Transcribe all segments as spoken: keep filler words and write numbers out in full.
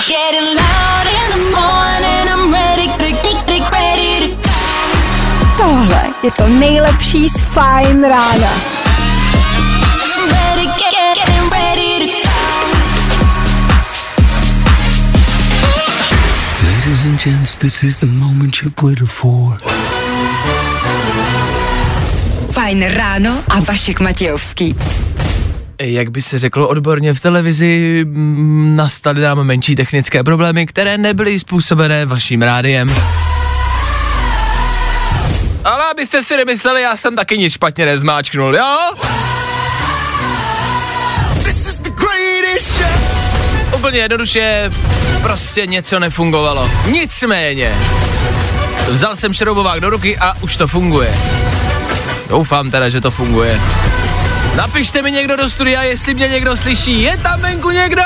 Tohle je to nejlepší z Fajn rána. Ladies and gents, this is the moment you've waited for. Fajn ráno a Vašek Matějovský. Jak by se řeklo odborně v televizi, nastaly nám menší technické problémy, které nebyly způsobené vaším rádiem. Ale abyste si nemysleli, já jsem taky nic špatně nezmáčknul, jo? Úplně jednoduše, prostě něco nefungovalo. Nicméně, vzal jsem šroubovák do ruky a už to funguje. Doufám teda, že to funguje. Napište mi někdo do studia, jestli mě někdo slyší. Je tam venku někdo?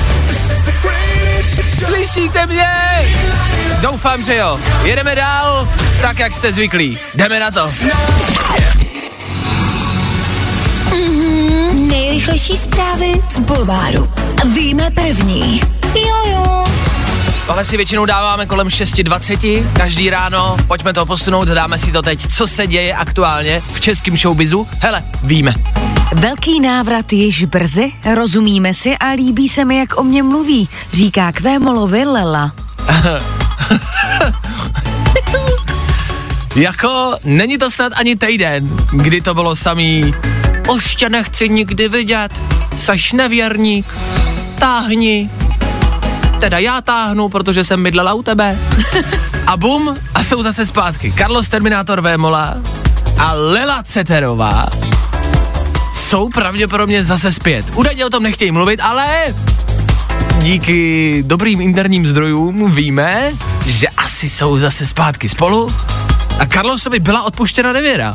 Slyšíte mě? Doufám, že jo. Jedeme dál, tak jak jste zvyklí. Jdeme na to. Mm-hmm, nejrychlejší zprávy z bulváru. Víme první. Jojo. Tohle si většinou dáváme kolem šest dvacet, každý ráno, pojďme to posunout, dáme si to teď, co se děje aktuálně v českém showbizu. Hele, víme. Velký návrat již brzy, rozumíme si a líbí se mi, jak o mě mluví, říká k Vémolovi Lela. Jako, není to snad ani týden, kdy to bylo samý, už tě nechci nikdy vidět, seš nevěrník, táhni. Teda já táhnu, protože jsem bydlela u tebe. A bum, a jsou zase zpátky. Carlos Terminátor Vémola a Lela Ceterová jsou pravděpodobně zase zpět. Údajně o tom nechtějí mluvit, ale díky dobrým interním zdrojům víme, že asi jsou zase zpátky spolu a Carlosovi byla odpuštěna nevěra.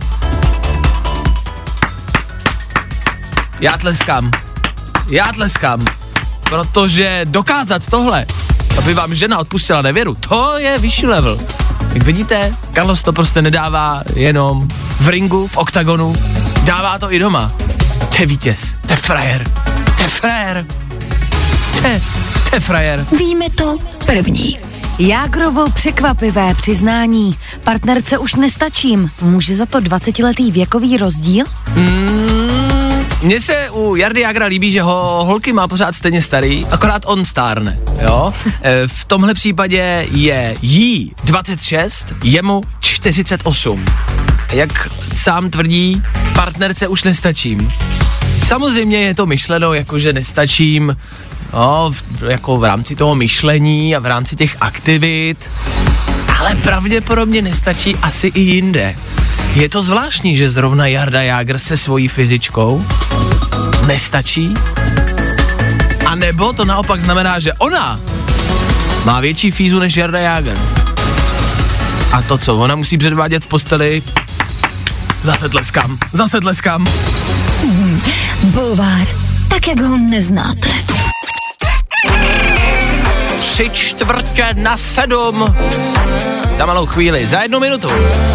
Já tleskám. Já tleskám. Protože dokázat tohle, aby vám žena odpustila nevěru, to je vyšší level. Jak vidíte, Carlos to prostě nedává jenom v ringu, v oktagonu, dává to i doma. To je vítěz, to je frajer, to je frajer, to je, to je frajer. Víme to první. Jágrovo překvapivé přiznání. Partnerce už nestačím. Může za to dvacetiletý věkový rozdíl? Mm, Mně se u Jardy Jágra líbí, že ho holky má pořád stejně starý, akorát on stárne, jo. E, v tomhle případě je jí dvacet šest, jemu čtyřicet osm. Jak sám tvrdí, partnerce už nestačím. Samozřejmě je to myšleno jako, že nestačím, no, jako v rámci toho myšlení a v rámci těch aktivit, ale pravděpodobně nestačí asi i jinde. Je to zvláštní, že zrovna Jarda Jágr se svojí fyzičkou nestačí? A nebo to naopak znamená, že ona má větší fízu než Jarda Jágr. A to, co ona musí předvádět v posteli, zase tleskám, zase tleskám. Hmm, bulvár, tak jak ho neznáte. Tři čtvrtě na sedm. Za malou chvíli, za jednu minutu.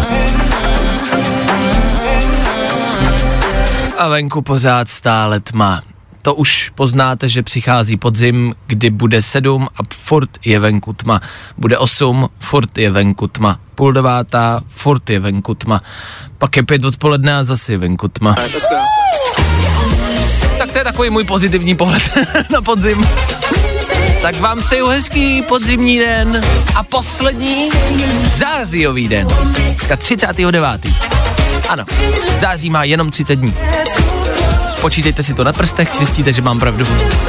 A venku pořád stále tma. To už poznáte, že přichází podzim, kdy bude sedm a furt je venku tma. Bude osm, furt je venku tma. Půl devátá, furt je venku tma. Pak je pět odpoledne a zase je venku tma. Tak to je takový můj pozitivní pohled na podzim. Tak vám přeju hezký podzimní den a poslední zářijový den. Dneska třicátého devátého Ano, září má jenom třicet dní. Spočítejte si to na prstech, zjistíte, že mám pravdu.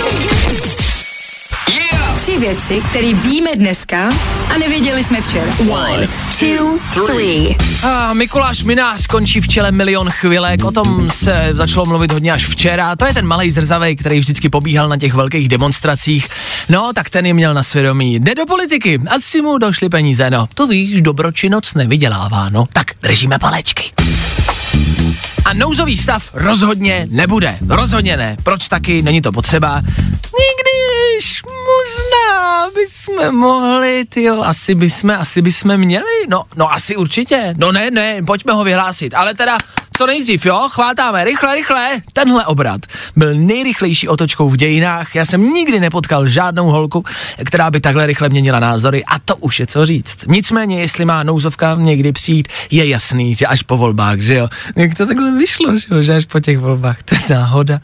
Tři věci, které víme dneska a nevěděli jsme včera. One, two, three. A Mikuláš Minář končí v čele Milion chvilek, o tom se začalo mluvit hodně až včera. To je ten malej zrzavej, který vždycky pobíhal na těch velkých demonstracích. No, tak ten je měl na svědomí. Jde do politiky, asi mu došly peníze, no. To víš, dobročinnost nevydělává, no. Tak držíme palečky. A nouzový stav rozhodně nebude. Rozhodně ne. Proč taky? Není to potřeba. Nikdyž možná bychom mohli, tyjo, asi bychom, asi bychom měli. No, no asi určitě. No ne, ne, pojďme ho vyhlásit. Ale teda co nejdřív, jo, chvátáme, rychle, rychle. Tenhle obrat byl nejrychlejší otočkou v dějinách. Já jsem nikdy nepotkal žádnou holku, která by takhle rychle měnila názory a to už je co říct. Nicméně, jestli má nouzovka někdy přijít, je jasný, že až po volbách, že jo. Jak to takhle vyšlo, že jo, že až po těch volbách, to je náhoda.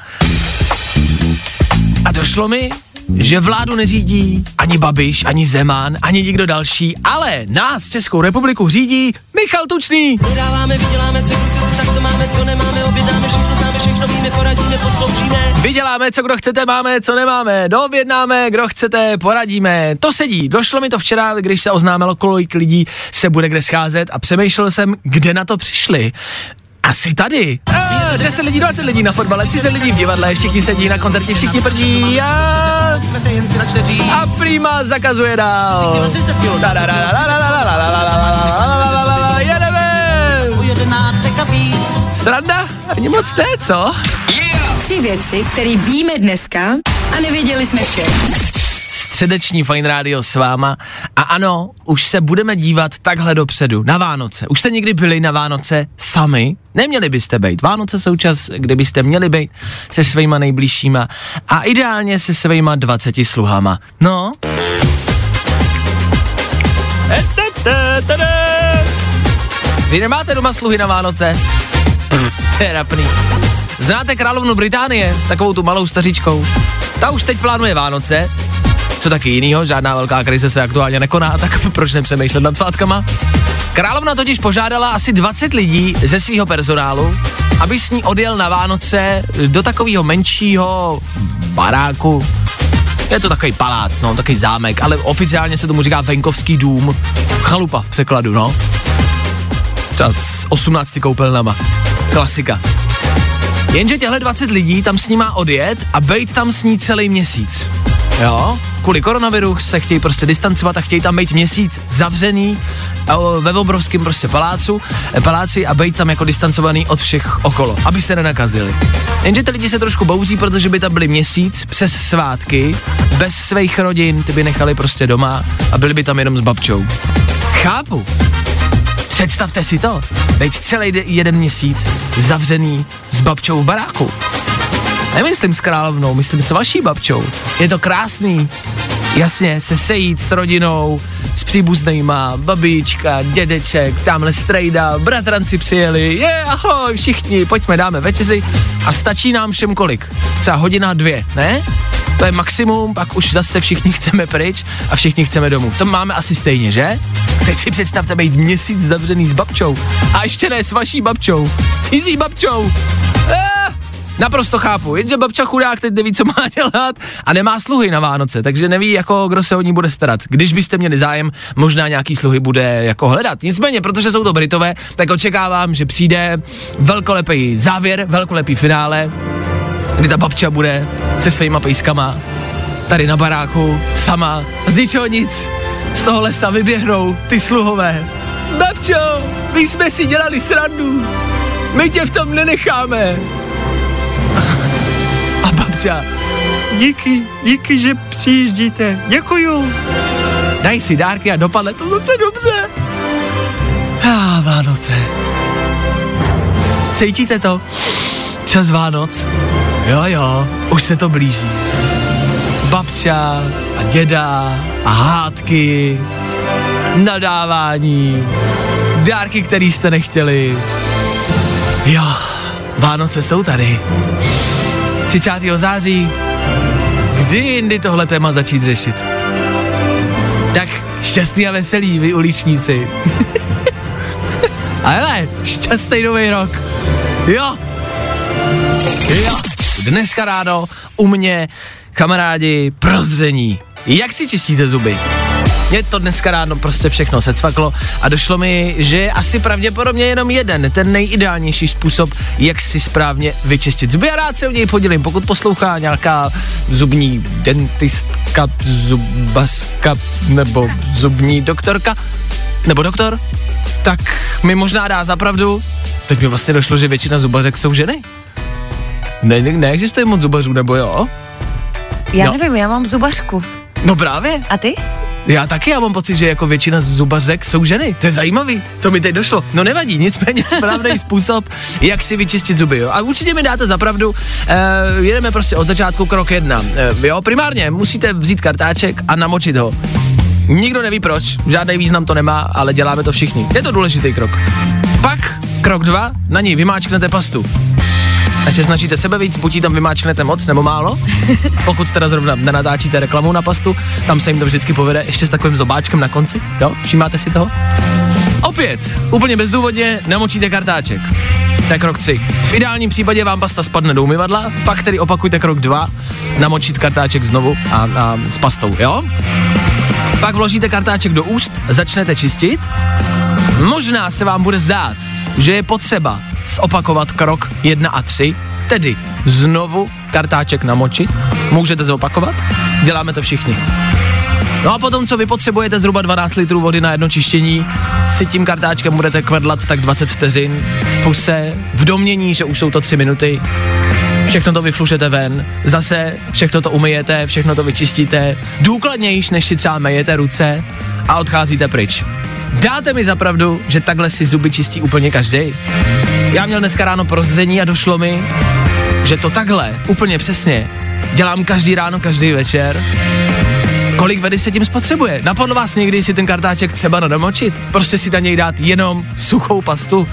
A došlo mi, že vládu neřídí ani Babiš, ani Zeman, ani nikdo další, ale nás, Českou republiku, řídí Michal Tučný. Vydáváme, vyděláme, co chcete, tak to máme, co nemáme, objednáme, všechno známe, všechno víme, poradíme, posloužíme. Vyděláme, co kdo chcete, máme, co nemáme, doobjednáme, kdo chcete, poradíme. To sedí, došlo mi to včera, když se oznámilo, kolik lidí se bude kde scházet a přemýšlel jsem, kde na to přišli. Asi tady. A, deset lidí, dvacet lidí na fotbale, třicet lidí v divadle, všichni sedí na koncertě, všichni prdí a... A prima zakazuje dál. Sranda? Ani moc ne, co? Tři věci, které víme dneska a nevěděli jsme včera. Středeční Fajn rádio s váma a ano, už se budeme dívat takhle dopředu, na Vánoce. Už jste někdy byli na Vánoce sami? Neměli byste být. Vánoce jsou čas, kde byste měli být se svýma nejbližšíma a ideálně se svýma dvaceti sluhama. No. Vy nemáte doma sluhy na Vánoce? To je rapný. Znáte královnu Británie, takovou tu malou stařičkou? Ta už teď plánuje Vánoce. Co taky jinýho, žádná velká krize se aktuálně nekoná, tak proč nepřemýšlet nad svátkama? Královna totiž požádala asi dvacet lidí ze svého personálu, aby s ní odjel na Vánoce do takového menšího baráku. Je to takový palác, no, takový zámek, ale oficiálně se tomu říká venkovský dům. Chalupa v překladu, no. Třeba s osmnácti koupelnama. Klasika. Jenže těhle dvacet lidí tam s ní má odjet a bejt tam s ní celý měsíc. Jo, kvůli koronaviru se chtějí prostě distancovat a chtějí tam být měsíc zavřený ve obrovském prostě palácu, paláci a být tam jako distancovaný od všech okolo, aby se nenakazili. Jenže ty lidi se trošku bouří, protože by tam byli měsíc přes svátky, bez svých rodin, ty by nechali prostě doma a byli by tam jenom s babčou. Chápu. Představte si to, být celý jeden měsíc zavřený s babčou v baráku. Nemyslím s královnou, myslím s vaší babčou. Je to krásný. Jasně, se sejít s rodinou, s příbuznejma, babička, dědeček, tamhle strejda, bratranci přijeli, je, ahoj, všichni, pojďme, dáme večeři a stačí nám všem kolik? Třeba hodina, dvě, ne? To je maximum, pak už zase všichni chceme pryč a všichni chceme domů. To máme asi stejně, že? Teď si představte být měsíc zavřený s babčou. A ještě ne s vaší babčou, s cizí babčou. Ah! Naprosto chápu, jenže babča chudák teď neví, co má dělat a nemá sluhy na Vánoce, takže neví, jako kdo se o ní bude starat. Když byste měli zájem, možná nějaký sluhy bude jako hledat. Nicméně, protože jsou to Britové, tak očekávám, že přijde velkolepý závěr, velkolepý finále, kdy ta babča bude se svýma pejskama tady na baráku, sama, z ničeho nic, z toho lesa vyběhnou ty sluhové. Babčo, my jsme si dělali srandu, my tě v tom nenecháme. A babča, díky, díky, že přijíždíte, děkuju. Daj si dárky a dopadne to docela dobře. Ah, Vánoce. Cítíte to? Čas Vánoc. Jo, jo, už se to blíží. Babča a děda a hádky, nadávání, dárky, který jste nechtěli. Jo, Vánoce jsou tady. třicátého září, kdy jindy tohle téma začít řešit? Tak šťastný a veselý, vy uličníci. A hele, šťastný nový rok. Jo. Jo. Dneska ráno u mě, kamarádi, prozření. Jak si čistíte zuby? Mě to dneska ráno prostě všechno secvaklo a došlo mi, že je asi pravděpodobně jenom jeden, ten nejideálnější způsob, jak si správně vyčistit zuby. A rád se o něj podělím, pokud poslouchá nějaká zubní dentistka, zubaska nebo zubní doktorka, nebo doktor, tak mi možná dá za pravdu. Teď mi vlastně došlo, že většina zubařek jsou ženy. Ne, ne, neexistuje moc zubařů, nebo jo? Já no. nevím, já mám zubařku. No právě. A ty? Já taky, já mám pocit, že jako většina zubařek jsou ženy. To je zajímavý, to mi teď došlo. No nevadí, nicméně správný způsob, jak si vyčistit zuby, jo. A určitě mi dáte za pravdu, e, jedeme prostě od začátku krok jedna. E, jo, primárně musíte vzít kartáček a namočit ho. Nikdo neví proč, žádný význam to nemá, ale děláme to všichni. Je to důležitý krok. Pak krok dva, na ní vymáčknete pastu. Ať se snažíte sebe víc, buď tam vymáčknete moc nebo málo. Pokud teda zrovna nenatáčíte reklamu na pastu, tam se jim to vždycky povede ještě s takovým zobáčkem na konci, jo? Všímáte si toho? Opět, úplně bezdůvodně namočíte kartáček. To je krok tři. V ideálním případě vám pasta spadne do umyvadla, pak tedy opakujte krok dva, namočit kartáček znovu a, a s pastou, jo? Pak vložíte kartáček do úst, začnete čistit. Možná se vám bude zdát, že je potřeba zopakovat krok jedna a tři, tedy znovu kartáček namočit. Můžete zopakovat, děláme to všichni. No a potom, co vy potřebujete, zhruba dvanáct litrů vody na jedno čištění, si tím kartáčkem budete kvrdlat tak dvacet vteřin v puse, v domnění, že už jsou to tři minuty. Všechno to vyflušete ven, zase všechno to umyjete, všechno to vyčistíte, důkladnější, než si třeba mejete ruce a odcházíte pryč. Dáte mi za pravdu, že takhle si zuby čistí úplně každý. Já měl dneska ráno prozření a došlo mi, že to takhle, úplně přesně, dělám každý ráno, každý večer. Kolik vody se tím spotřebuje? Napadlo vás někdy si ten kartáček třeba namočit? Prostě si na něj dát jenom suchou pastu?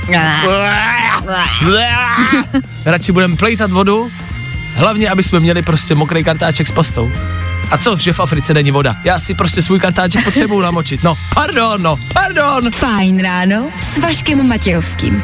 Radši budeme plejtat vodu, hlavně, aby jsme měli prostě mokrý kartáček s pastou. A co, že v Africe není voda? Já si prostě svůj kartáček potřebuju namočit. No, pardon, no, pardon. Fajn ráno s Vaškem Matějovským.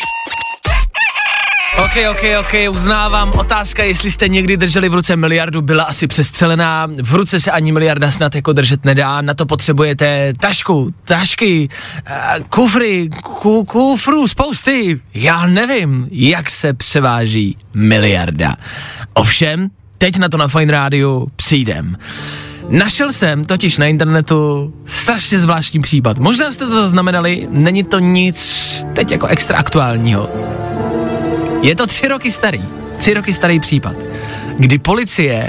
Ok, ok, ok, uznávám. Otázka, jestli jste někdy drželi v ruce miliardu, byla asi přestřelená. V ruce se ani miliarda snad jako držet nedá. Na to potřebujete tašku, tašky, kufry, ku, kufru, spousty. Já nevím, jak se převáží miliarda. Ovšem, teď na to na Fajn rádiu přijdem. Našel jsem totiž na internetu strašně zvláštní případ. Možná jste to zaznamenali, není to nic teď jako extra aktuálního. Je to tři roky starý, tři roky starý případ, kdy policie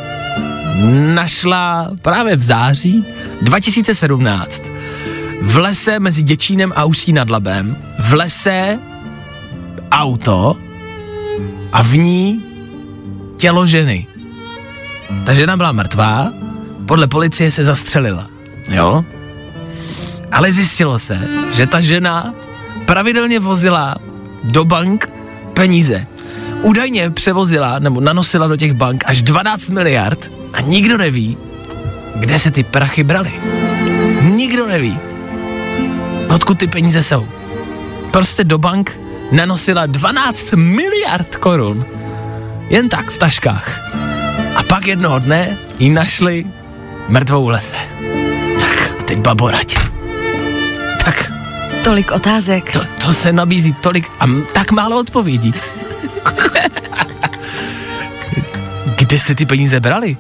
našla právě v září dva tisíce sedmnáct v lese mezi Děčínem a Ústí nad Labem, v lese auto a v ní tělo ženy. Ta žena byla mrtvá, podle policie se zastřelila, jo? Ale zjistilo se, že ta žena pravidelně vozila do bank peníze. Údajně převozila nebo nanosila do těch bank až dvanáct miliard a nikdo neví, kde se ty prachy braly. Nikdo neví, odkud ty peníze jsou. Prostě do bank nanosila dvanáct miliard korun. Jen tak v taškách. A pak jednoho dne jí našli mrtvou v lese. Tak a teď baborať. Tak. Tolik otázek. To, to se nabízí tolik a m- tak málo odpovědí. Kde se ty peníze braly?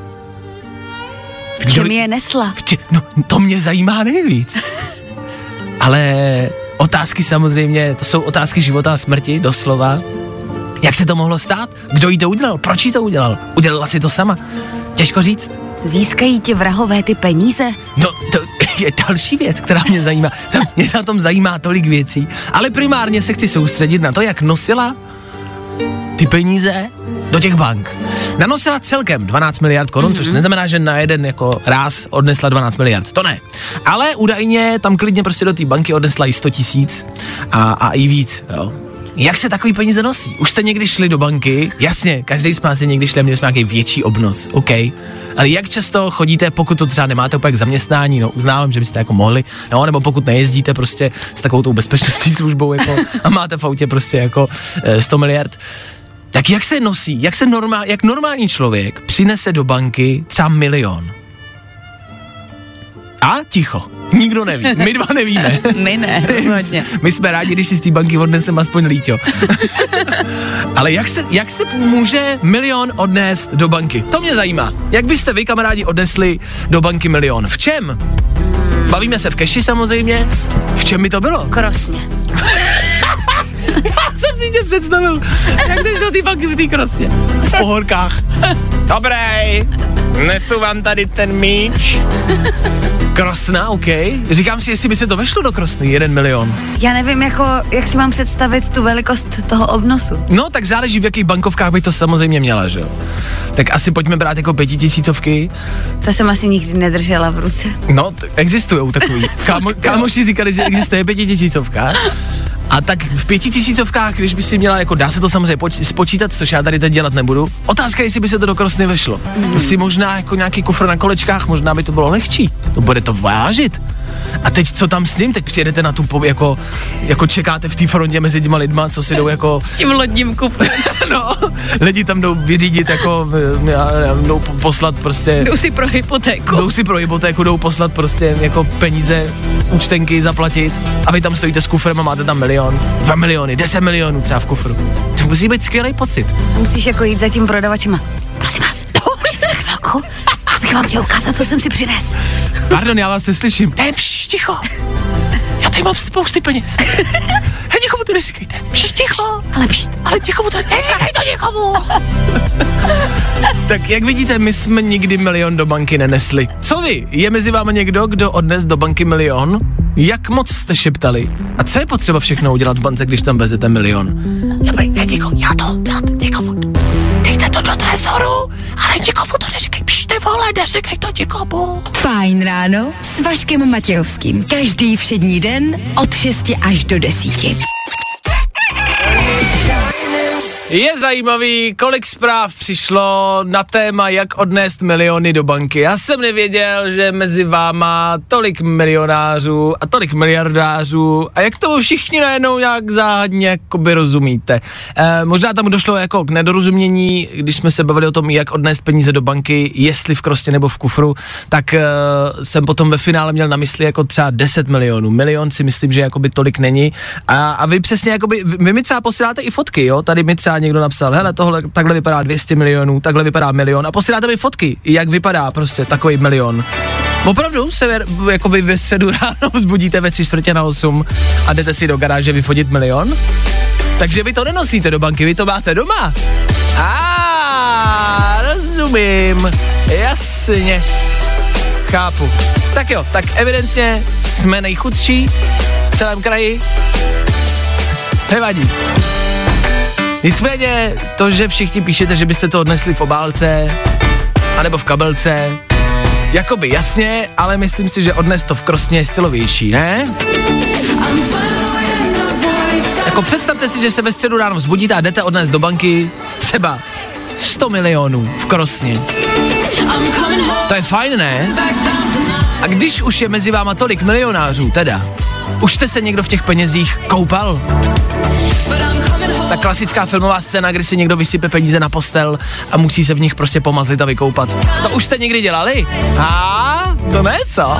V čem je nesla? Če- no, to mě zajímá nejvíc. Ale otázky samozřejmě, to jsou otázky života a smrti, doslova. Jak se to mohlo stát? Kdo jí to udělal? Proč jí to udělal? Udělala si to sama? Těžko říct. Získají ti vrahové ty peníze? No, to je další věc, která mě zajímá. Tam, mě na tom zajímá tolik věcí. Ale primárně se chci soustředit na to, jak nosila ty peníze do těch bank. Nanosila celkem dvanáct miliard korun, mm-hmm. což neznamená, že na jeden jako ráz odnesla dvanáct miliard. To ne. Ale údajně tam klidně prostě do té banky odnesla i sto tisíc a, a i víc, jo. Jak se takový peníze nosí? Už jste někdy šli do banky? Jasně, každý z nás je někdy šli a měli jsme nějaký větší obnos, OK. Ale jak často chodíte, pokud to třeba nemáte úplně k zaměstnání, no uznávám, že byste jako mohli, no, nebo pokud nejezdíte prostě s takovou tou bezpečnostní službou jako, a máte v autě prostě jako e, sto miliard, tak jak se nosí, jak se normál, jak normální člověk přinese do banky třeba milion? A ticho. Nikdo neví. My dva nevíme. My ne, rozhodně. My jsme rádi, když si z té banky odnesem aspoň líťo. Ale jak se, jak se může milion odnést do banky? To mě zajímá. Jak byste vy, kamarádi, odnesli do banky milion? V čem? Bavíme se v keši samozřejmě. V čem by to bylo? Krosně. Já jsem si tě představil, jak jdeš do té banky v té Krosně. Po horkách. Dobrý, nesu vám tady ten míč. Krosna, OK. Říkám si, jestli by se to vešlo do Krosny, jeden milion. Já nevím, jako, jak si mám představit tu velikost toho obnosu. No, tak záleží, v jakých bankovkách by to samozřejmě měla, že jo. Tak asi pojďme brát jako pětitisícovky. To jsem asi nikdy nedržela v ruce. No, t- existujou takový. Kámo, kámoši říkali, že existuje pětitisícovka. A tak v pětitisícovkách, když by si měla, jako dá se to samozřejmě poč- spočítat, což já tady teď dělat nebudu. Otázka je, jestli by se to do Krosny vešlo. Mm. To si možná jako nějaký kufr na kolečkách, možná by to bylo lehčí. To bude to vážit. A teď co tam s ním? Teď přijedete na tu, po, jako, jako čekáte v té frontě mezi těma lidma, co si jdou jako... S tím lodním kufrem. No, lidi tam jdou vyřídit jako, jdou poslat prostě... Jdou si pro hypotéku. Jdou si pro hypotéku, jdou poslat prostě jako peníze, účtenky zaplatit a vy tam stojíte s kufrem a máte tam milion, dva miliony, deset milionů třeba v kufru. To musí být skvělý pocit. A musíš jako jít za tím prodavačima. Prosím vás, můžete tak chvilku, abych vám měl ukázat, co jsem si přines. Pardon, já vás neslyším. Ne, pš, ticho. Já tady mám spousty peněz. Nikomu to neříkejte. Pš, ticho. Ale pšt. Ale nikomu to neříkej to nikomu. Tak jak vidíte, my jsme nikdy milion do banky nenesli. Co vy? Je mezi vámi někdo, kdo odnes do banky milion? Jak moc jste šeptali? A co je potřeba všechno udělat v bance, když tam vezete milion? Dobrý, ne, děkuji, já to, já to, nikomu. Dejte to do trezoru, ale nikomu to neříkej. Pš, ty vole, neříkej to nikomu. Fajn ráno s Vaškem Matějovským. Každý všední den od šesti až do desíti. Je zajímavý, kolik zpráv přišlo na téma, jak odnést miliony do banky. Já jsem nevěděl, že mezi váma tolik milionářů a tolik miliardářů a jak tomu všichni najednou nějak záhadně jakoby rozumíte. E, možná tam došlo jako k nedorozumění, když jsme se bavili o tom, jak odnést peníze do banky, jestli v Krostě nebo v kufru, tak e, jsem potom ve finále měl na mysli jako třeba deset milionů. Milion si myslím, že jakoby tolik není. A, a vy přesně jakoby, vy mi třeba posíláte i fotky, jo, tady mi třeba někdo napsal, hele, tohle, takhle vypadá dvě stě milionů, takhle vypadá milion a posíláte mi fotky, jak vypadá prostě takový milion. Opravdu se jakoby ve středu ráno vzbudíte ve tři čtvrtě na osm a jdete si do garáže vyfotit milion? Takže vy to nenosíte do banky, vy to máte doma. A rozumím, jasně, chápu. Tak jo, tak evidentně jsme nejchudší v celém kraji. Nevadí. Nicméně to, že všichni píšete, že byste to odnesli v obálce anebo v kabelce, jakoby jasně, ale myslím si, že odnes to v Krosně je stylovější, ne? Jako představte si, že se ve středu ráno vzbudíte a jdete odnést do banky třeba sto milionů v Krosně. To je fajn, ne? A když už je mezi váma tolik milionářů, teda, už jste se někdo v těch penězích koupal? Ta klasická filmová scéna, kdy si někdo vysype peníze na postel a musí se v nich prostě pomazlit a vykoupat. To už jste někdy dělali? A to ne, co?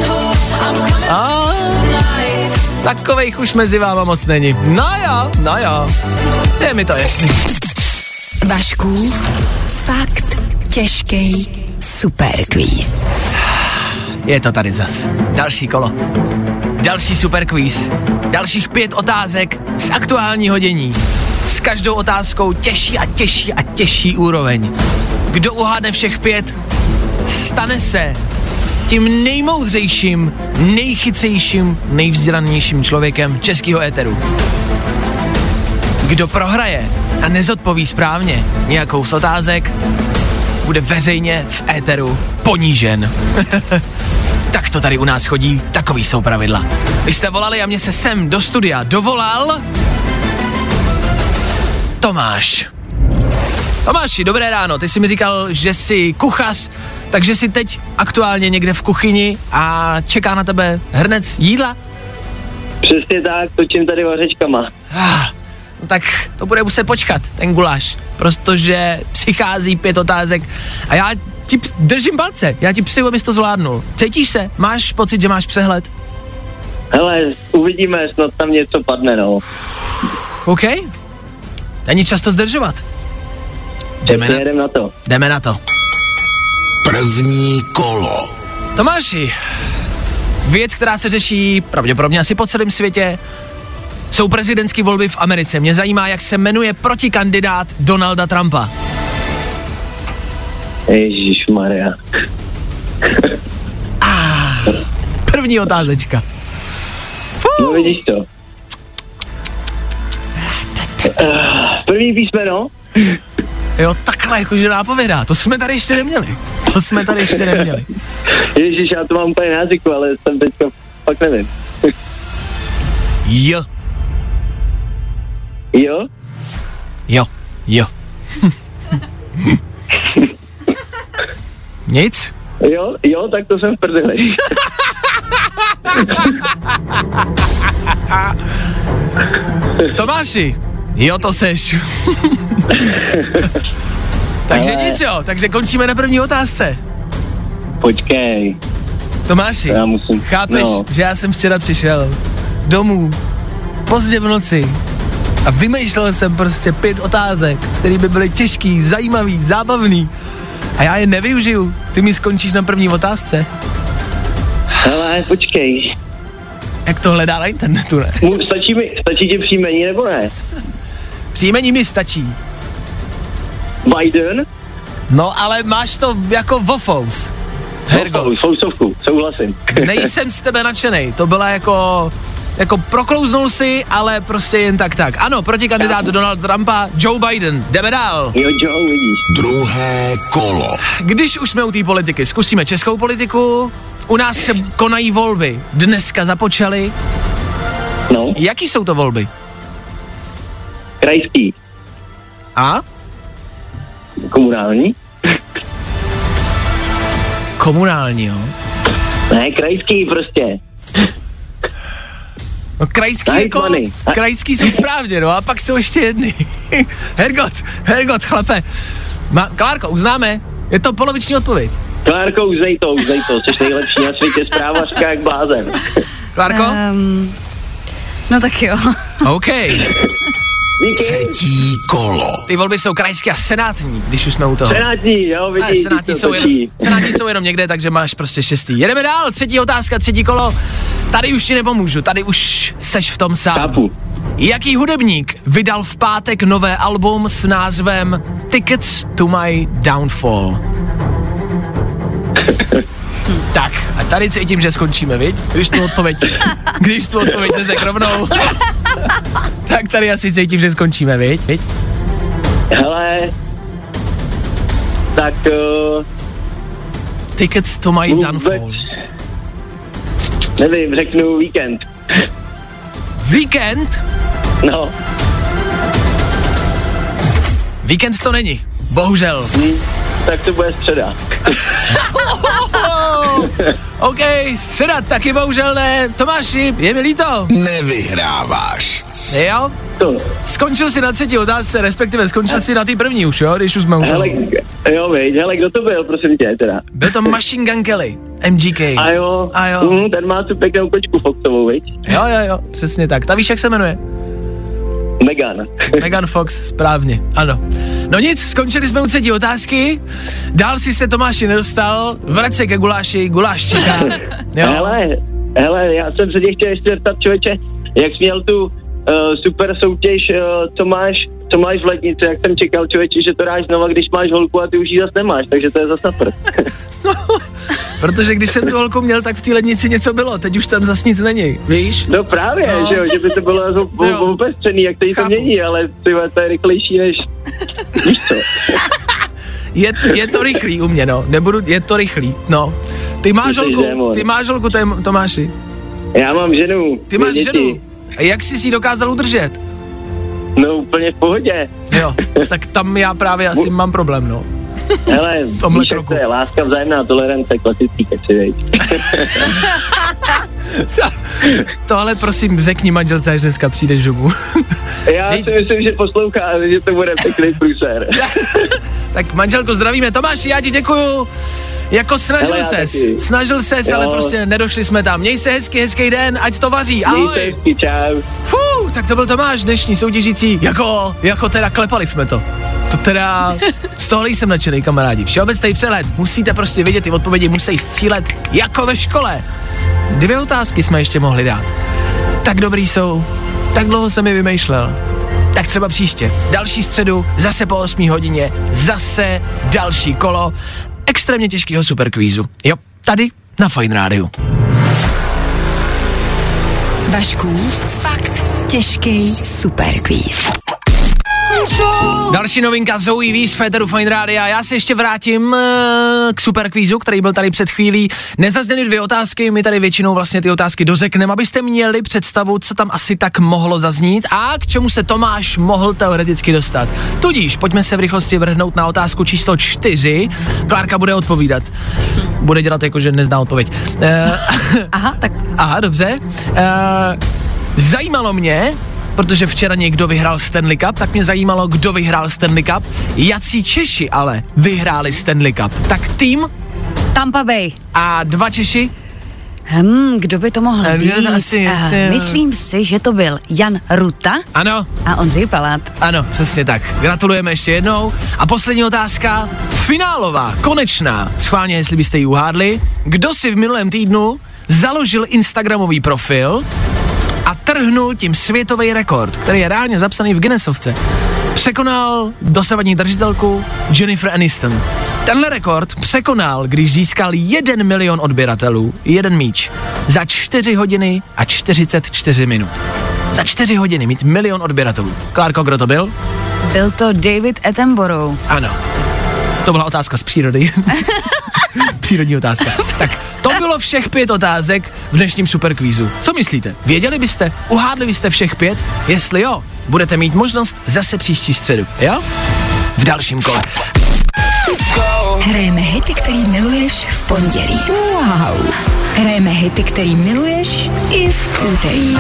A takovejch už mezi váma moc není. No jo, no jo, je mi to jasný. Vašku, fakt těžký superquiz. Je to tady zas. Další kolo. Další superquiz. Dalších pět otázek z aktuálního dění. S každou otázkou těžší a těžší a těžší úroveň. Kdo uhádne všech pět, stane se tím nejmoudřejším, nejchytřejším, nejvzdělanějším člověkem českého éteru. Kdo prohraje a nezodpoví správně nějakou z otázek, bude veřejně v éteru ponížen. Tak to tady u nás chodí, takový jsou pravidla. Vy jste volali a mě se sem do studia dovolal Tomáš. Tomáši, dobré ráno, ty jsi mi říkal, že jsi kuchař, takže jsi teď aktuálně někde v kuchyni a čeká na tebe hrnec jídla? Přesně tak, točím tady vařečkama. Ah, no tak to bude muset počkat, ten guláš, protože přichází pět otázek a já ti p- držím palce, já ti přeju, abys to zvládnul. Cítíš se? Máš pocit, že máš přehled? Hele, uvidíme, snad tam něco padne, no. OK. Není čas to zdržovat. Jdeme na, jdem na to. jdeme na to. První kolo. Tomáši, věc, která se řeší pravděpodobně asi po celém světě, Jsou prezidentské volby v Americe. Mě zajímá, jak se jmenuje protikandidát Donalda Trumpa. Ježišmarja. ah, první otázečka. No vidíš to. Uh, první písmeno? Jo, takhle jakože nápovědá. To jsme tady ještě neměli. To jsme tady ještě neměli. Ježiš, já to mám úplně na jazyku, ale jsem teďka fakt nevím. Jo. Jo? Jo, jo. Nic? Jo, jo, tak to jsem v prdeli. Tomáši, jo, to seš. Takže ale... nic jo, takže končíme na první otázce. Počkej. Tomáši, já musím... chápeš, no. že já jsem včera přišel domů pozdě v noci a vymýšlel jsem prostě pět otázek, které by byly těžký, zajímavý, zábavný a já je nevyužiju. Ty mi skončíš na první otázce. Hele, počkej. Jak to hledá na internetu, ne? Mu, stačí mi, stačí ti příjmení, nebo ne? Příjmení mi stačí. Biden? No, ale máš to jako vofous. Hergo. Fousovku, souhlasím. Nejsem z tebe nadšenej, to byla jako... Jako proklouznul si, ale prostě jen tak tak. Ano, protikandidát Donald Trumpa, Joe Biden. Jdeme dál. Jo, Joe, vidíš. Druhé kolo. Když už jsme u té politiky, zkusíme českou politiku. U nás se konají volby. Dneska započaly. No. Jaký jsou to volby? Krajský. A? Komunální. Komunální, jo. Ne, krajský prostě. No krajský Nice jako, money. krajský jsou správně, no a pak jsou ještě jedny. Hergot, Hergot, chlape. Ma, Klárko, uznáme, je to poloviční odpověď. Klárko, uznej to, uznej to, jsi nejlepší na světě, zprávařka jak blázen. Klárko? Um, no tak jo. OK. Díky. Třetí kolo. Ty volby jsou krajské a senátní, když už jsme u toho. Senátní, jo, vidíš. Ale senátní jsou, jenom, senátní jsou jenom někde, takže máš prostě štěstí. Jedeme dál, třetí otázka, třetí kolo. Tady už ti nepomůžu, tady už seš v tom sám. Chápu. Jaký hudebník vydal v pátek nové album s názvem Tickets to My Downfall? Tak, a tady cítím, že skončíme, viď? Když tu odpověď, když tu odpověď neřek rovnou, tak tady asi cítím, že skončíme, viď? viď? Hele, tak... Uh, Tickets to My vůbec, Downfall. nevím, řeknu Víkend. Víkend? No. Víkend to není, bohužel. Hm, tak to bude středa. Oh, OK, středa taky bohužel ne. Tomáši, je mi líto. Nevyhráváš. Jo? To. Skončil si na třetí otázce, respektive skončil si na té první už, jo, když už jsme u toho. Hele, jo, viď, hele, kdo to byl, prosím tě, teda? Byl to Machine Gun Kelly, M G K. A jo, A jo. Mm, ten má tu pěknou kočku Foxovou, viď? Jo, jo, jo, přesně tak. Ta víš, jak se jmenuje? Megan. Megan Fox, správně, ano. No nic, skončili jsme u třetí otázky. Dál si se Tomáši nedostal, vrať se ke guláši, guláš čeká. Jo. Hele, hele, já jsem se tě chtěl ještě zeptat, člověče, jak jsi měl tu uh, super soutěž, uh, co máš, co máš v lednici, jak jsem čekal, člověče, že to dáš znova, když máš holku a ty už ji zas nemáš, takže to je zas na prd. No, protože když jsem tu holku měl, tak v té lednici něco bylo, teď už tam zas nic není, víš? No právě, No. že jo, že by to bylo opestřený, jak tady to mění, ale ty to je rychlejší než, víš co? Je, je to rychlý u mě, no, nebudu, je to rychlý, no. Ty máš Ty jsi holku, démon. ty máš holku, Tom- Tomáši. Já mám ženu. Ty máš dvě děti. ženu. A jak jsi si ji dokázal udržet? No úplně v pohodě. Jo, tak tam já právě asi mám problém, no. Hele, tomhle víš, jak kroku. to je, láska, vzájemná tolerance, klasický keci, veď. Tohle prosím řekni manželce, až dneska přijdeš domů. Já Nej- si myslím, že poslouchá, že to bude pěkný průser. Tak manželko, zdravíme. Tomáši, já ti děkuju. Jako snažil Hele, já ses, taky. snažil ses, Jo. ale prostě nedošli jsme tam. Měj se hezky, hezký den, ať to vaří. Měj Ahoj. se hezky, čau. Fú, tak to byl Tomáš, dnešní soutěžící. Jako, jako teda klepali jsme to. To teda, z tohle jsem nadšenej, kamarádi. Všeobecný přehled, musíte prostě vědět, ty odpovědi musí střílet jako ve škole. Dvě otázky jsme ještě mohli dát. Tak dobrý jsou, Tak dlouho jsem je vymýšlel. Tak třeba příště. Další středu, zase po osmé hodině, zase další kolo extrémně těžkého superkvízu. Jo, tady na Fajn rádiu. Vaškův fakt těžký superkvíz. Další novinka Zoe Víz, Féteru Fine Rádia. Já se ještě vrátím uh, k superkvízu, který byl tady před chvílí. Nezazněly dvě otázky, my tady většinou vlastně ty otázky dořekneme, abyste měli představu, co tam asi tak mohlo zaznít a k čemu se Tomáš mohl teoreticky dostat. Tudíž pojďme se v rychlosti vrhnout na otázku číslo čtyři. Klárka bude odpovídat. Bude dělat jako, že nezná odpověď. Uh, Aha, tak. Aha, dobře. Uh, zajímalo mě, protože včera někdo vyhrál Stanley Cup, tak mě zajímalo, kdo vyhrál Stanley Cup. Jací Češi ale vyhráli Stanley Cup. Tak tým Tampa Bay. a dva Češi. Hmm, kdo by to mohl A být? kdo to asi, A asi, myslím si, že to byl Jan Ruta Ano, a Ondřej Palát. ano, přesně tak. Gratulujeme ještě jednou. A poslední otázka, finálová, konečná. Schválně, jestli byste ji uhádli. Kdo si v minulém týdnu založil instagramový profil a trhnul tím světový rekord, který je reálně zapsaný v Guinnessovce. Překonal dosavadní držitelku Jennifer Aniston. Tenhle rekord překonal, když získal jeden milion odběratelů, jeden míč, za čtyři hodiny a čtyřicet čtyři minut. Za čtyři hodiny mít milion odběratelů. Klárko, kdo to byl? Byl to David Attenborough. Ano. To byla otázka z přírody. Přírodní otázka. Tak to bylo všech pět otázek v dnešním superkvízu. Co myslíte? Věděli byste? Uhádli byste všech pět? Jestli jo, budete mít možnost zase příští středu. Jo? V dalším kole. Hrajeme hity, který miluješ v pondělí. Wow. Hrajeme hity, který miluješ i v úterý.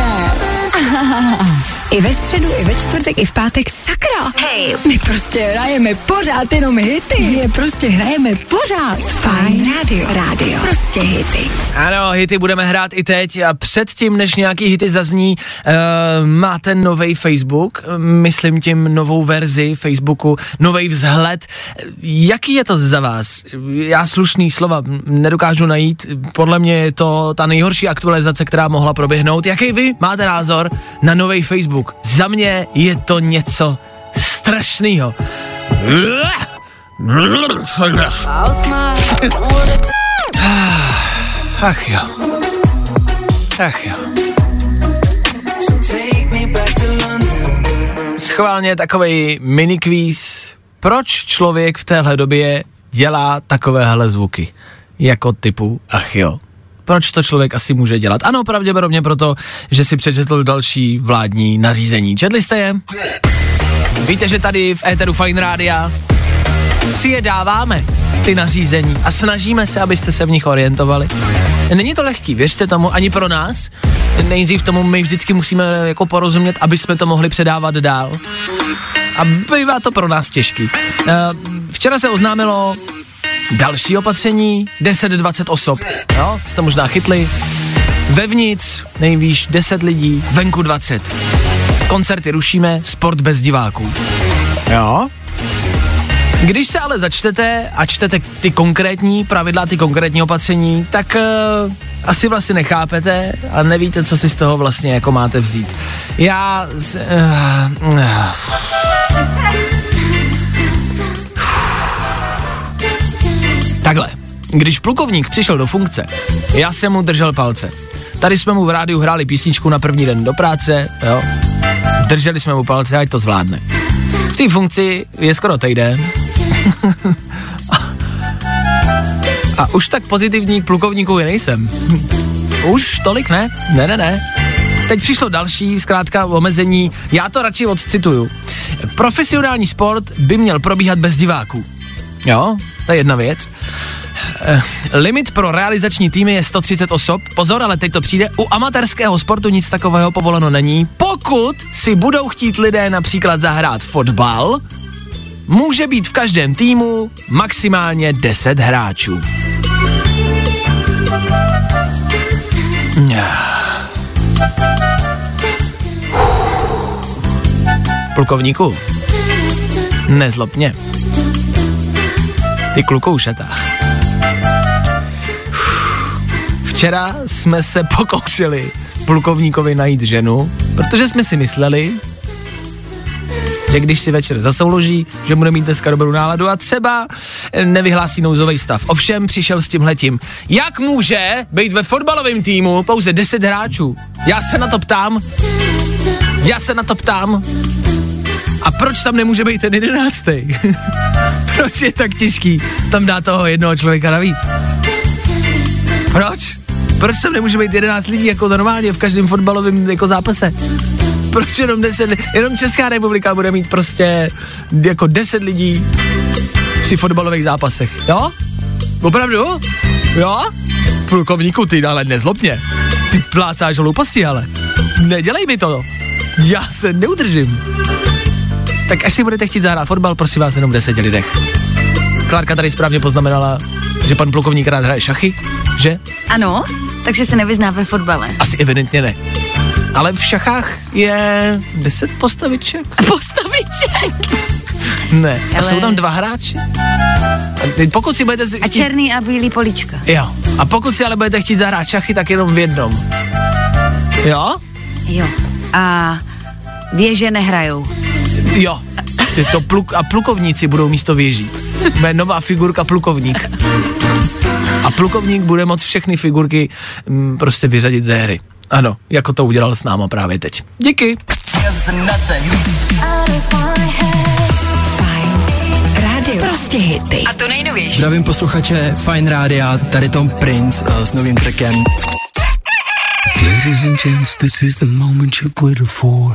I ve středu, i ve čtvrtek, i v pátek. Sakra! Hej, my prostě hrajeme pořád jenom hity. My je prostě hrajeme pořád. Fajn rádio. Rádio. Prostě hity. Ano, hity budeme hrát i teď a předtím, než nějaký hity zazní, uh, máte novej Facebook, myslím tím novou verzi Facebooku, novej vzhled. Jaký je to za vás? Já slušný slova nedokážu najít, podle mě je to ta nejhorší aktualizace, která mohla proběhnout. Jaký vy máte názor na novej Facebook? Za mě je to něco strašnýho. Ach jo. Ach jo. Schválně takovej minikvíz. Proč člověk v téhle době dělá takovéhle zvuky? Jako typu ach jo. Proč to člověk asi může dělat? Ano, pravděpodobně proto, že si přečetl další vládní nařízení. Četli jste je? Víte, že tady v éteru Fine Rádia si je dáváme, ty nařízení, a snažíme se, abyste se v nich orientovali. Není to lehký, věřte tomu, ani pro nás. Nejdřív tomu my vždycky musíme jako porozumět, aby jsme to mohli předávat dál. A bývá to pro nás těžký. Včera se oznámilo další opatření, deset dvacet osob, jo, jste možná chytli. Vevnitř nejvýš deset lidí, venku dvacet. Koncerty rušíme, sport bez diváků. Jo. Když se ale začtete a čtete ty konkrétní pravidla, ty konkrétní opatření, tak uh, asi vlastně nechápete a nevíte, co si z toho vlastně jako máte vzít. Já... Uh, uh, Takhle, když plukovník přišel do funkce, já jsem mu držel palce. Tady jsme mu v rádiu hráli písničku na první den do práce, jo. Drželi jsme mu palce, ať to zvládne. V té funkci je skoro týden. A už tak pozitivní k plukovníkovi nejsem. Už tolik ne? Ne, ne, ne. Teď přišlo další, zkrátka omezení, já to radši odcituju. Profesionální sport by měl probíhat bez diváků. Jo, to je jedna věc. Eh, limit pro realizační týmy je sto třicet osob. Pozor, ale teď to přijde. U amatérského sportu nic takového povoleno není. Pokud si budou chtít lidé například zahrát fotbal, může být v každém týmu maximálně deset hráčů. Plukovníku, nezlob mě. Ty klukoušata. Včera jsme se pokoušeli plukovníkovi najít ženu, protože jsme si mysleli, že když si večer zasouloží, že bude mít dneska dobrou náladu a třeba nevyhlásí nouzový stav. Ovšem přišel s tímhletím. Jak může být ve fotbalovém týmu pouze deset hráčů? Já se na to ptám. Já se na to ptám. A proč tam nemůže být ten jedenáctý? Proč je tak těžký tam dát toho jednoho člověka navíc? Proč? Proč tam nemůže být jedenáct lidí jako normálně v každém fotbalovém jako zápase? Proč jenom deset lidí? Jenom Česká republika bude mít prostě jako deset lidí při fotbalových zápasech, jo? Opravdu? Jo? Plukovníku, ty ale nezlob mě. Ty plácáš hlouposti, ale. Nedělej mi to. Já se neudržím. Tak až si budete chtít zahrát fotbal, prosím vás, jenom v deseti lidech. Klárka tady správně poznamenala, že pan plukovník rád hraje šachy, že? Ano, takže se nevyzná ve fotbale. Asi evidentně ne. Ale v šachách je deset postaviček. Postaviček? Ne, a ale... jsou tam dva hráči. A pokud si budete... A černý a bílý políčka. Jo, a pokud si ale budete chtít zahrát šachy, tak jenom v jednom. Jo? Jo. A věže nehrajou. Jo. To pluk, a plukovníci budou místo věží. Bude nová figurka plukovník. A plukovník bude moct všechny figurky m, prostě vyřadit ze hry. Ano, jako to udělal s náma právě teď. Díky. Rádio. Prostě hity. A to nejnovější. Zdravím posluchače Fine Rádia, tady Tom Prince uh, s novým trackem. Ladies and gents, this is the moment you've waited for.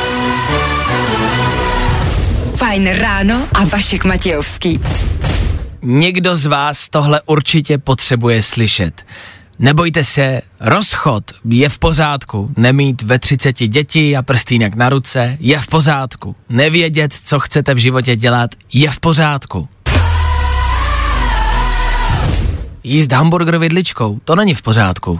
Fajn ráno a Vašek Matějovský. Někdo z vás tohle určitě potřebuje slyšet. Nebojte se, rozchod je v pořádku. Nemít ve třiceti děti a prstýnek na ruce je v pořádku. Nevědět, co chcete v životě dělat, je v pořádku. Jíst hamburger vidličkou, to není v pořádku.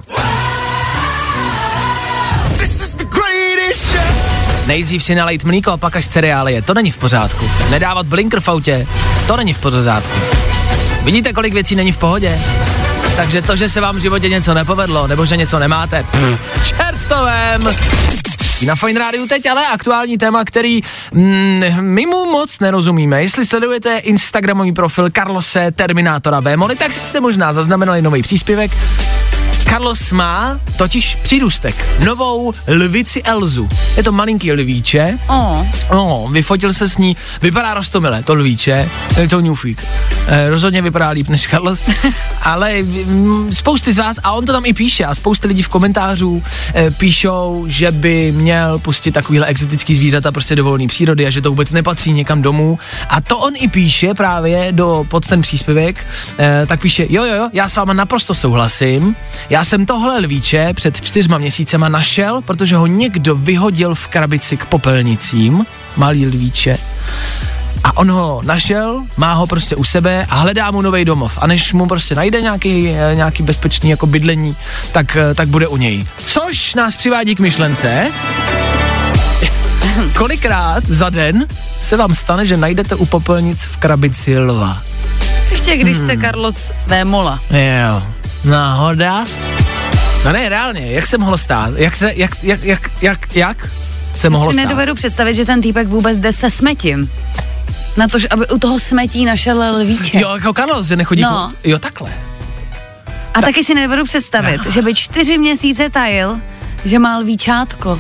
Nejdřív si nalejt mlíko a pak až cereálie, to není v pořádku. Nedávat blinker v autě, to není v pořádku. Vidíte, kolik věcí není v pohodě? Takže to, že se vám v životě něco nepovedlo, nebo že něco nemáte, pff, čert to vem. Na Fajn Rádiu teď ale aktuální téma, který mm, my mu moc nerozumíme. Jestli sledujete instagramový profil Carlose Terminátora Vémoli, tak jste možná zaznamenali nový příspěvek. Carlos má totiž přírůstek, novou lvici Elzu. Je to malinký lvíče. Oh. Oh, vyfotil se s ní, vypadá roztomile, to lvíče, je to ňufík. Eh, rozhodně vypadá líp než Carlos, ale m, spousty z vás, a on to tam i píše, a spousty lidí v komentářů eh, píšou, že by měl pustit takovýhle exotický zvířata prostě do volné přírody a že to vůbec nepatří někam domů. A to on i píše právě do, pod ten příspěvek, eh, tak píše, jo, jo, jo, já s váma naprosto souhlasím. Já jsem tohle lvíče před čtyřma měsícema našel, protože ho někdo vyhodil v krabici k popelnicím, malý lvíče. A on ho našel, má ho prostě u sebe a hledá mu nový domov. A než mu prostě najde nějaký, nějaký bezpečný jako bydlení, tak, tak bude u něj. Což nás přivádí k myšlence. Kolikrát za den se vám stane, že najdete u popelnic v krabici lva? Ještě když jste hmm. Carlos Vémola. Jo. Náhoda? No ne, reálně, jak se mohlo stát? Jak se, jak, jak, jak, jak, jak se mohlo stát? Já si nedovedu představit, že ten týpek vůbec jde se smetím. Na to, že aby u toho smetí našel lvíče. Jo, jako Carlos, že nechodí no. po... Jo, takhle. A Ta... taky si nedovedu představit, no. že by čtyři měsíce tajil, že má lvíčátko.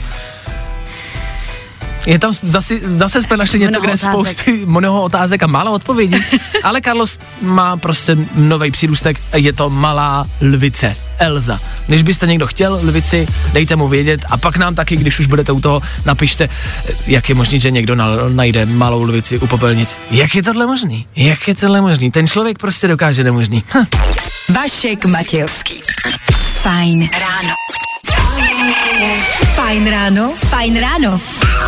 Je tam zase, zase jsme našli něco, kde je spousty mnoho otázek a málo odpovědí, ale Carlos má prostě novej přírůstek, je to malá lvice, Elza. Když byste někdo chtěl lvici, dejte mu vědět a pak nám taky, když už budete u toho, napište, jak je možný, že někdo najde malou lvici u popelnic. Jak je tohle možný? Jak je tohle možný? Ten člověk prostě dokáže nemožný. Hm. Vašek Matějovský. Fajn ráno. Fajn ráno, fajn ráno.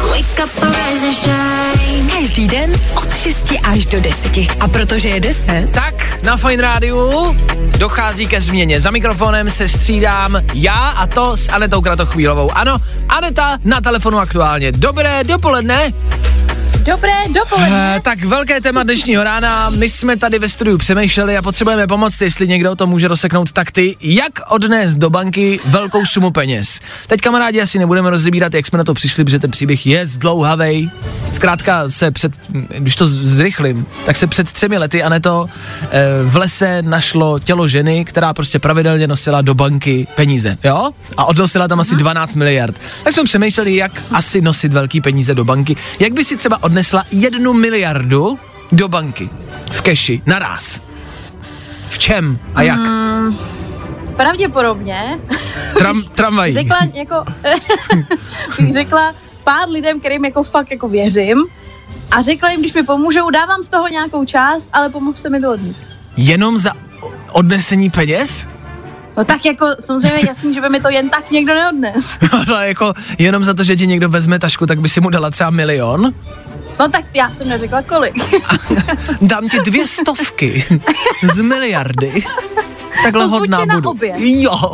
Každý den od šesti až do deseti. A protože je deset, tak na Fajn Rádiu dochází ke změně. Za mikrofonem se střídám já a to s Anetou Kratochvílovou. Ano, Aneta na telefonu aktuálně. Dobré dopoledne. Dobré dopoledne. Uh, tak velké téma dnešního rána, my jsme tady ve studiu přemýšleli a potřebujeme pomoct, jestli někdo to může rozseknout takty, jak odnést do banky velkou sumu peněz. Teď kamarádi asi nebudeme rozebírat, jak jsme na to přišli, protože ten příběh je zdlouhavej. Zkrátka se před, když to zrychlím, tak se před třemi lety, a ne to, v lese našlo tělo ženy, která prostě pravidelně nosila do banky peníze, jo? A odnosila tam asi dvanáct miliard. Tak jsme přemýšleli, jak asi nosit velký peníze do banky. Jak by si třeba odnesla jednu miliardu do banky v keši naráz? V čem a jak? Hmm, pravděpodobně. Tram, tramvají. Řekla jako, bych řekla pár lidem, kterým jako fakt jako věřím, a řekla jim, když mi pomůžou, dávám z toho nějakou část, ale pomůžte mi to odníst. Jenom za odnesení peněz? No tak jako samozřejmě jasný, že by mi to jen tak někdo neodnes. Ale jako jenom za to, že ti někdo vezme tašku, tak by si mu dala třeba milion? No tak já jsem neřekla kolik. Dám ti dvě stovky z miliardy. Takhle to hodná na budu. obě. Jo.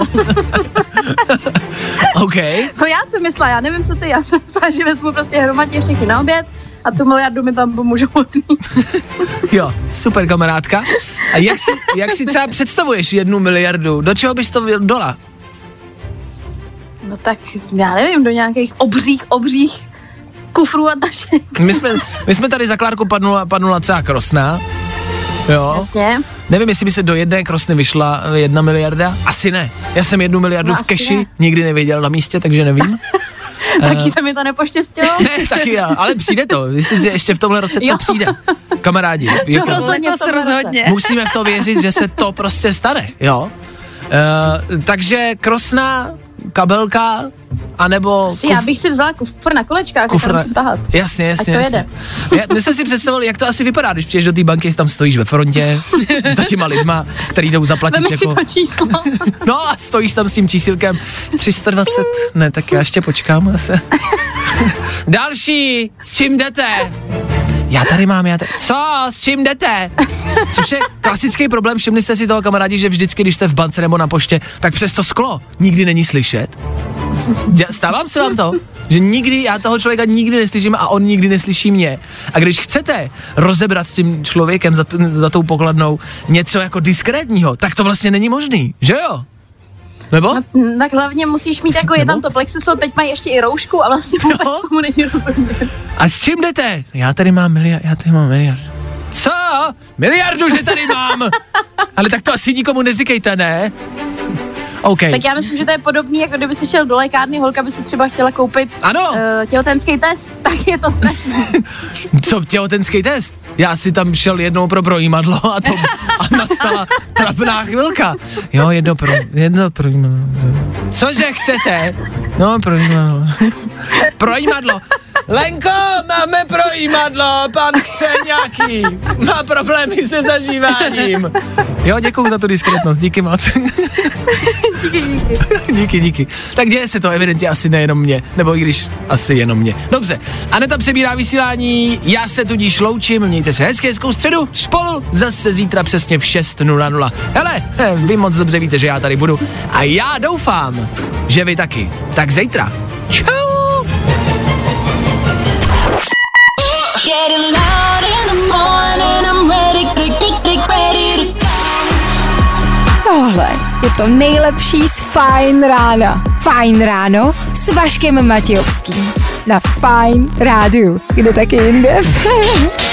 OK. To já jsem myslela, já nevím co ty, já jsem myslela, že vezmu prostě hromadně všechny na oběd a tu miliardu mi tam pomůžou odnít. Jo, super kamarádka. A jak si, jak si třeba představuješ jednu miliardu? Do čeho bys to dala? No tak já nevím, do nějakých obřích, obřích kufrů a tašek. My jsme, my jsme tady za Klárku padnula, padnula třeba krosna. Jo. Jasně. Nevím, jestli by se do jedné krosny vyšla jedna miliarda. Asi ne. Já jsem jednu miliardu no, v keši ne. nikdy nevěděl na místě, takže nevím. Taky se mi to nepoštěstilo. Ne, taky já, ale přijde to. Myslím, že ještě v tomhle roce to přijde. Kamarádi. To rozhodně, to rozhodně. Musíme v to věřit, že se to prostě stane, jo. Uh, takže krosna, kabelka, anebo... Kuf... Já bych si vzala kufr na kolečkách, kufr na... musím tahat. Jasně, jasně, to jasně. Já, my jsme si představili, jak to asi vypadá, když přijdeš do té banky, tam stojíš ve frontě za těma lidma, který jdou zaplatit. Veme jako... si to číslo. No a stojíš tam s tím čísilkem tři sta dvacet, ne, tak já ještě počkám zase. Další, s čím jdete? Já tady mám, já tady, co, s čím jdete? Což je klasický problém, všimli jste si toho kamarádi, že vždycky, když jste v bance nebo na poště, tak přes to sklo nikdy není slyšet. Stávám se vám to, že nikdy, já toho člověka nikdy neslyším a on nikdy neslyší mě. A když chcete rozebrat s tím člověkem za, t- za tou pokladnou něco jako diskrétního, tak to vlastně není možný, že jo? Nebo? No, tak hlavně musíš mít jako, je tam to plexislo, teď mají ještě i roušku a vlastně vůbec tomu není rozumět. A s čím jdete? Já tady mám miliard, já tady mám miliard. Co? Miliardu, že tady mám? Ale tak to asi nikomu neříkejte, ne? OK. Tak já myslím, že to je podobný, jako kdyby si šel do lékárny, holka by si třeba chtěla koupit ano. Uh, těhotenský test, tak je to strašný. Co, těhotenský test? Já si tam šel jednou pro projímadlo a to a nastala trapná chvilka. Jo, jedno pro, jedno projímadlo. Cože chcete? No, projímadlo. Projímadlo. Lenko, máme projímadlo, pan chce nějaký, má problémy se zažíváním. Jo, děkuju za tu diskrétnost, díky moc. Díky, díky. Díky, díky. Tak děje se to evidentně asi nejenom mě, nebo i když asi jenom mě. Dobře, Aneta přebírá vysílání, já se tudíž loučím, mějte se hezky, hezkou středu, spolu zase zítra přesně v šest nula nula. Hele, vy moc dobře víte, že já tady budu a já doufám, že vy taky. Tak zítra. Čau. Tohle je to nejlepší z Fajn rána. Fajn ráno s Vaškem Matějovským. Na Fajn rádiu. Kde taky jinde?